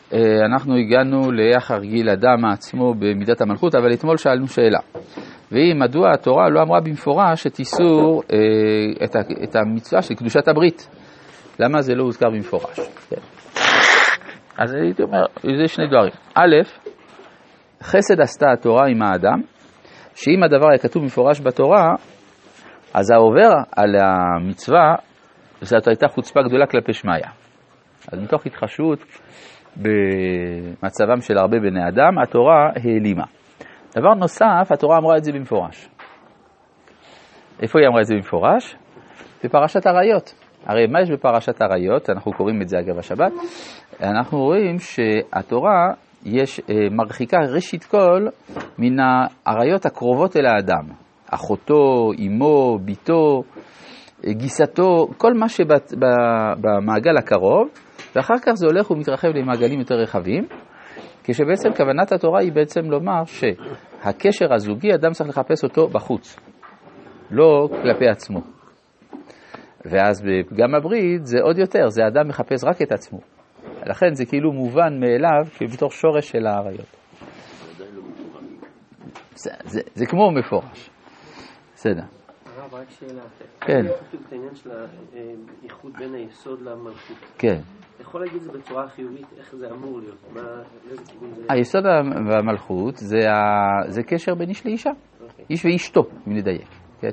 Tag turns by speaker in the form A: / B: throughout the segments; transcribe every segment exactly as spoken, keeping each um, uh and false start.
A: אנחנו הגענו לאיך הרגיל אדם עצמו במידת המלכות, אבל אתמול שאלנו שאלה. והיא, מדוע התורה לא אמרה במפורש את איסור, את, את המצווה של קדושת הברית? למה זה לא הוזכר במפורש? כן. אז הייתי אומר, זה שני דברים. א', חסד עשתה התורה עם האדם, שאם הדבר היה כתוב במפורש בתורה, אז העובר על המצווה, זאת הייתה חוצפה גדולה כלפי שמיה. אז מתוך התחשבות במצבם של הרבה בני אדם, התורה העלימה. דבר נוסף, התורה אמרה את זה במפורש. איפה היא אמרה את זה במפורש? בפרשת עריות. הרי מה יש בפרשת עריות? אנחנו קוראים את זה אגב השבת. אנחנו רואים שהתורה יש מרחיקה ראשית כל מן העריות הקרובות אל האדם. אחותו, אמו, ביתו, גיסתו, כל מה שבמעגל הקרוב, ואחר כך זה הולך ומתרחב למעגלים יותר רחבים, כשבעצם כוונת התורה היא בעצם לומר שהקשר הזוגי, אדם צריך לחפש אותו בחוץ, לא כלפי עצמו. ואז בפגם הברית זה עוד יותר, זה אדם מחפש רק את עצמו. לכן זה כאילו מובן מאליו כבתור שורש של העריות. זה, זה, זה כמו מפורש. בסדר.
B: הרב, רק שאלה.
A: כן.
B: אני חושב את העניין של האיחוד בין היסוד למלכות.
A: כן.
B: יכול להגיד את זה בצורה חיובית, איך זה אמור להיות? מה, לאיזה כיוון זה?
A: היסוד והמלכות זה, ה... זה קשר בין איש לאישה. Okay. איש ואשתו, אם נדייק. כן.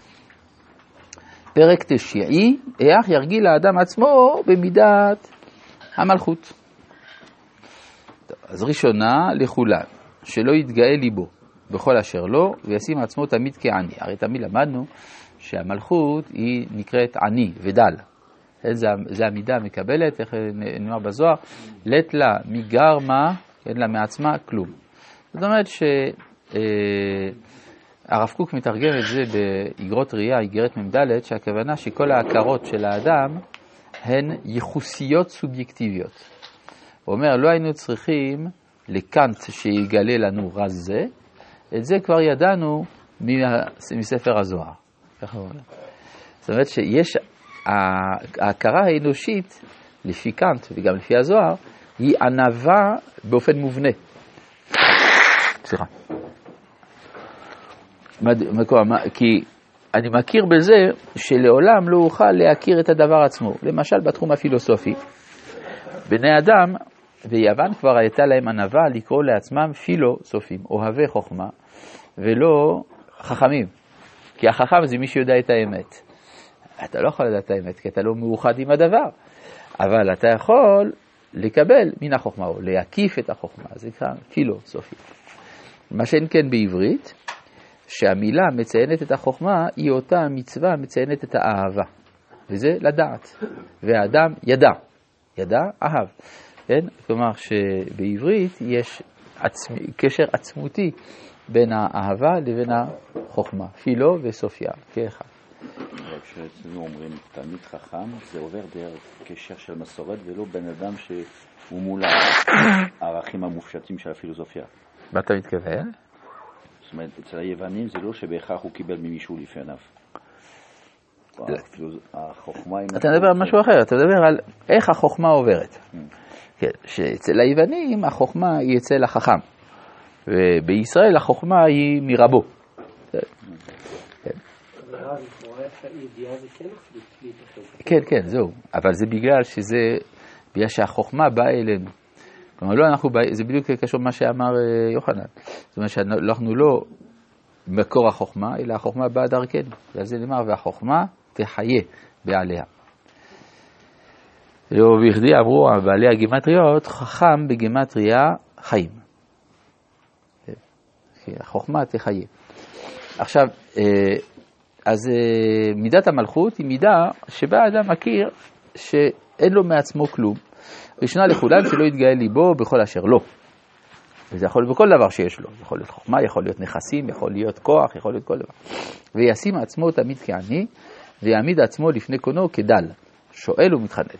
A: פרק תשיעי, איך ירגיל האדם עצמו במידת המלכות. טוב, אז ראשונה לכולן, שלא יתגאה ליבו בכל אשר לו, וישים עצמו תמיד כעני. הרי תמיד למדנו שהמלכות היא נקראת עני ודל. זה, זה המידה המקבלת, איך נאמר בזוהר, לת לה מגרמה, אין לה מעצמה כלום. זאת אומרת שהרב קוק מתרגם את זה באגרות ראייה, איגרת ממדלת, שהכוונה שכל ההכרות של האדם הן ייחוסיות סובייקטיביות. הוא אומר, לא היינו צריכים לקנט שיגלה לנו רז זה, את זה כבר ידענו מספר הזוהר. ככה הוא אומר. זאת אומרת שיש, ההכרה האנושית, לפי קנט וגם לפי הזוהר, היא ענווה באופן מובנה. סליחה. כי אני מכיר בזה שלעולם לא אוכל להכיר את הדבר עצמו. למשל בתחום הפילוסופי, בני אדם ביוון כבר הייתה להם ענווה לקרוא לעצמם פילוסופים, אוהבי חוכמה, ולא חכמים. כי החכם זה מי שיודע את האמת. אתה לא יכול לדעת את האמת, כי אתה לא מאוחד עם הדבר. אבל אתה יכול לקבל מן החוכמה, או להקיף את החוכמה. זה נקרא פילוסופי. מה שאין כן בעברית, שהמילה מציינת את החוכמה, היא אותה מצווה מציינת את האהבה. וזה לדעת. והאדם ידע. ידע, אהב. כן? כלומר שבעברית יש עצמי, קשר עצמותי בין האהבה לבין החוכמה. פילו וסופיה, כאחד.
C: כשאצלנו אומרים תלמיד חכם, זה עובר דרך קשר של מסורת ולא בן אדם שהוא מול הערכים המופשטים של הפילוסופיה.
A: מה אתה מתכוון?
C: זאת אומרת, אצל היוונים זה לא שבהכרח הוא קיבל ממישהו לפניו.
A: אתה מדבר על משהו אחר, אתה מדבר על איך החוכמה עוברת. כן, שאצל היוונים החוכמה היא אצל החכם, ובישראל החוכמה היא מרבו. כן, כן, זהו. אבל זה בגלל שזה, בגלל שהחוכמה באה אלינו. כלומר, לא אנחנו, זה בדיוק קשור מה שאמר יוחנן. זאת אומרת שאנחנו לא מקור החוכמה, אלא החוכמה באה דרכנו. וזה נאמר, והחוכמה תחיה בעליה. ובכדי אמרו בעלי הגימטריות, חכם בגימטריה חיים. החוכמה תחיה. עכשיו, אז מידת המלכות היא מידה שבה האדם מכיר שאין לו מעצמו כלום. ראשונה לכולם שלא יתגאה ליבו בכל אשר לא. וזה יכול להיות בכל דבר שיש לו. יכול להיות חוכמה, יכול להיות נכסים, יכול להיות כוח, יכול להיות כל דבר. וישים עצמו תמיד כעני, ויעמיד עצמו לפני קונו כדל, שואל ומתחנן.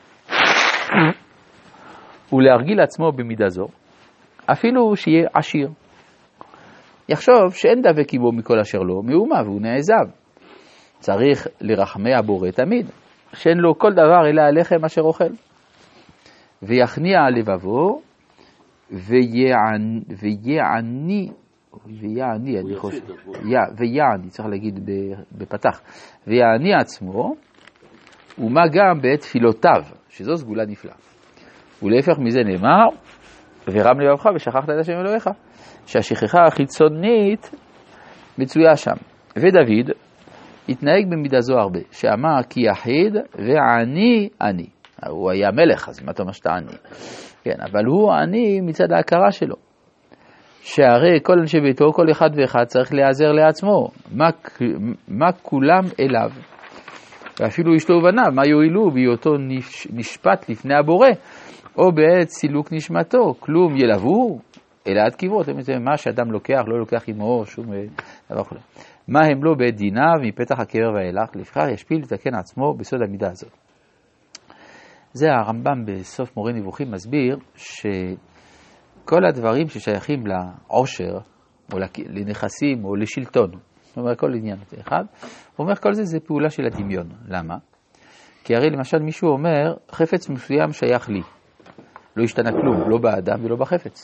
A: ולהרגיל עצמו במידה זו, אפילו שיהיה עשיר. יחשוב שאין דבק עמו מכל אשר לו, מאומה והוא נעזב. צריך לרחמי הבורא תמיד, שאין לו כל דבר אלא הלחם אשר אוכל. ויכניע לבבו ויעני, ויעני, ויעני, אני חושב, ויעני, צריך להגיד בפתח, ויעני עצמו, ומה גם בעת תפילותיו, שזו סגולה נפלאה. ולהפך מזה נאמר, ורם לבבך ושכחת את השם אלוהיך, שהשכחה החיצונית מצויה שם. ודוד התנהג במידה זו הרבה, שאמר כי יחיד ועני אני. הוא היה מלך, אז מה אתה אומר שאתה עני? כן, אבל הוא עני מצד ההכרה שלו. שהרי כל אנשי ביתו, כל אחד ואחד צריך להיעזר לעצמו. מה, מה כולם אליו? ואפילו אשתו ובניו, מה יועילו בהיותו נש, נשפט לפני הבורא, או בעת סילוק נשמתו, כלום ילוו, אלא עד קברו. אתם יודעים, מה שאדם לוקח, לא לוקח עמו, שום דבר כזה. מה הם לא בעת דיניו, מפתח הקבר ואילך, לפיכך ישפיל לתקן עצמו בסוד המידה הזאת. זה הרמב"ם בסוף מורה נבוכים מסביר שכל הדברים ששייכים לעושר, או לנכסים, או לשלטון, זאת אומרת כל עניין אחד, הוא אומר כל זה זה פעולה של הדמיון. למה? כי הרי למשל מישהו אומר, חפץ מסוים שייך לי. לא השתנה כלום, לא באדם ולא בחפץ.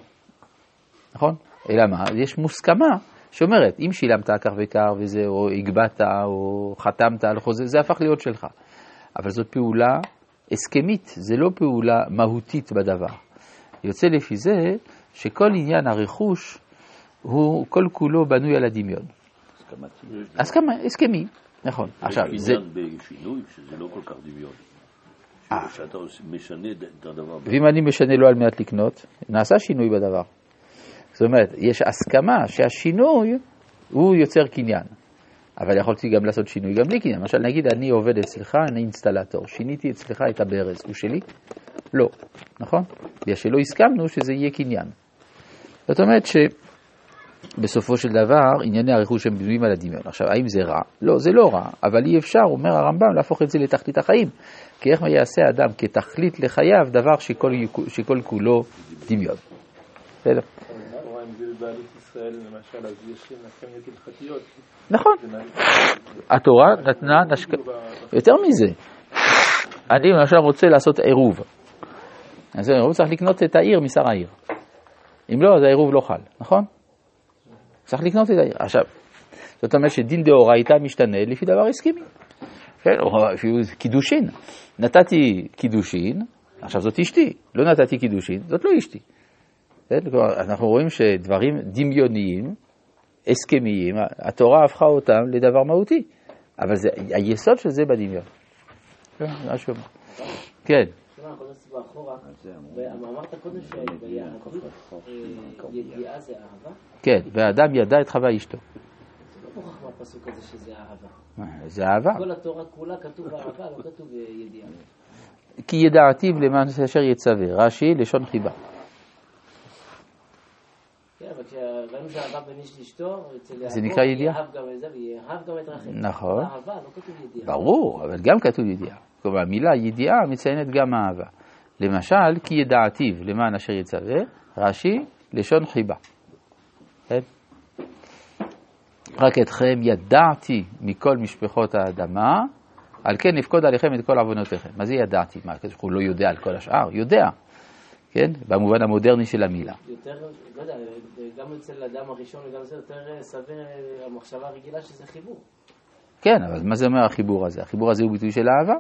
A: נכון? אלא מה? יש מוסכמה שאומרת, אם שילמת כך וכך וזה, או הגבעת, או חתמת על חוזה, זה הפך להיות שלך. אבל זאת פעולה הסכמית, זה לא פעולה מהותית בדבר. יוצא לפי זה שכל עניין הרכוש הוא כל כולו בנוי על הדמיון. הסכמה, הסכמי, נכון. עכשיו,
D: זה עניין בשינוי, שזה לא כל כך דמיון. שאתה משנה את הדבר.
A: ואם אני משנה לו על מנת לקנות, נעשה שינוי בדבר. זאת אומרת, יש הסכמה שהשינוי הוא יוצר קניין. אבל יכולתי גם לעשות שינוי גם בלי קניין. למשל, נגיד, אני עובד אצלך, אני אינסטלטור. שיניתי אצלך את הברז. הוא שלי? לא. נכון? בגלל שלא הסכמנו שזה יהיה קניין. זאת אומרת שבסופו של דבר, ענייני הרכוש הם בנויים על הדמיון. עכשיו, האם זה רע? לא, זה לא רע. אבל אי אפשר, אומר הרמב"ם, להפוך את זה לתכלית החיים. כי איך יעשה האדם כתכלית לחייו, דבר שכל, שכל כולו דמיון. בסדר?
E: בעלות ישראל למשל, אז יש לכם הלכתיות.
A: נכון. התורה נתנה נשק... יותר מזה. אני למשל רוצה לעשות עירוב. אז העירוב צריך לקנות את העיר משר העיר. אם לא, אז העירוב לא חל, נכון? צריך לקנות את העיר. עכשיו, זאת אומרת שדין דאורייתא משתנה לפי דבר הסכמי. כן, או אפילו קידושין. נתתי קידושין, עכשיו זאת אשתי. לא נתתי קידושין, זאת לא אשתי. אנחנו רואים שדברים דמיוניים, הסכמיים, התורה הפכה אותם לדבר מהותי, אבל זה, היסוד של זה בדמיון. משהו. כן.
B: אמרת קודם שביהדות ידיעה זה אהבה?
A: כן, והאדם ידע את חווה אשתו.
B: זה לא מוכרח מהפסוק הזה שזה אהבה.
A: זה אהבה.
B: כל התורה כולה כתוב אהבה, לא כתוב ידיעה.
A: כי ידעתיו למען אשר יצווה, רש"י לשון חיבה.
B: כן, אבל כשראינו שאהבה בין איש לאשתו,
A: זה נקרא ידיעה.
B: יאהב גם את זה ויאהב גם את רחל.
A: נכון.
B: אהבה, לא כתוב ידיעה.
A: ברור, אבל גם כתוב ידיעה. כלומר, המילה ידיעה מציינת גם אהבה. למשל, כי ידעתיו למען אשר יצווה, רש"י לשון חיבה. כן? רק אתכם ידעתי מכל משפחות האדמה, על כן נפקוד עליכם את כל עוונותיכם. מה זה ידעתי? מה, הוא לא יודע על כל השאר? יודע. כן? במובן המודרני של המילה.
B: יותר, לא יודע, גם אצל האדם הראשון וגם זה יותר סביר המחשבה הרגילה שזה חיבור.
A: כן, אבל מה זה אומר החיבור הזה? החיבור הזה הוא ביטוי של אהבה?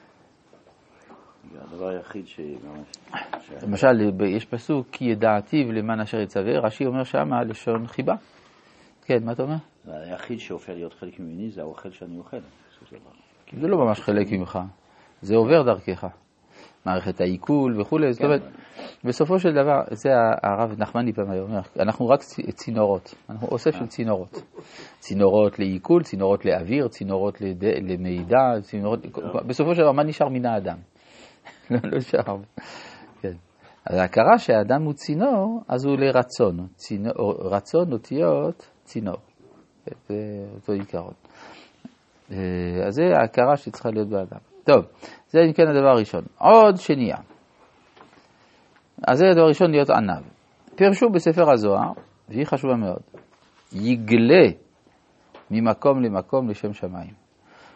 C: זה הדבר היחיד ש...
A: למשל, יש פסוק, כי ידעתיו למען אשר יצווה, רש"י אומר שמה לשון חיבה. כן, מה אתה אומר?
C: היחיד שהופך להיות חלק ממני זה האוכל שאני אוכל.
A: זה לא ממש חלק ממך, זה עובר דרכך. מערכת העיכול וכו'. זאת אומרת, בסופו של דבר, זה הרב נחמני פעם היום אומר, אנחנו רק צינורות, אנחנו אוסף של צינורות. צינורות לעיכול, צינורות לאוויר, צינורות למידע, צינורות... בסופו של דבר, מה נשאר מן האדם? לא נשאר. כן. אז ההכרה שהאדם הוא צינור, אז הוא לרצון. רצון אותיות צינור. זה אותו עיקרון. אז זה ההכרה שצריכה להיות באדם. טוב, זה אם כן הדבר הראשון. עוד שנייה. אז זה הדבר הראשון להיות ענב. פרשו בספר הזוהר, והיא חשובה מאוד. יגלה ממקום למקום לשם שמיים.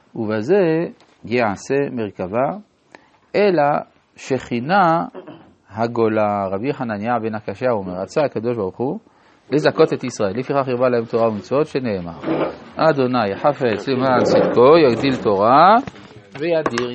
A: ובזה יעשה מרכבה, אלא שכינה הגולה. רבי חנניה בן הקשיא אומר, רצה הקדוש ברוך הוא לזכות את ישראל, לפיכך הרבה להם תורה ומצוות, שנאמר, אדוני חפץ למען צדקו יגדיל תורה וידיר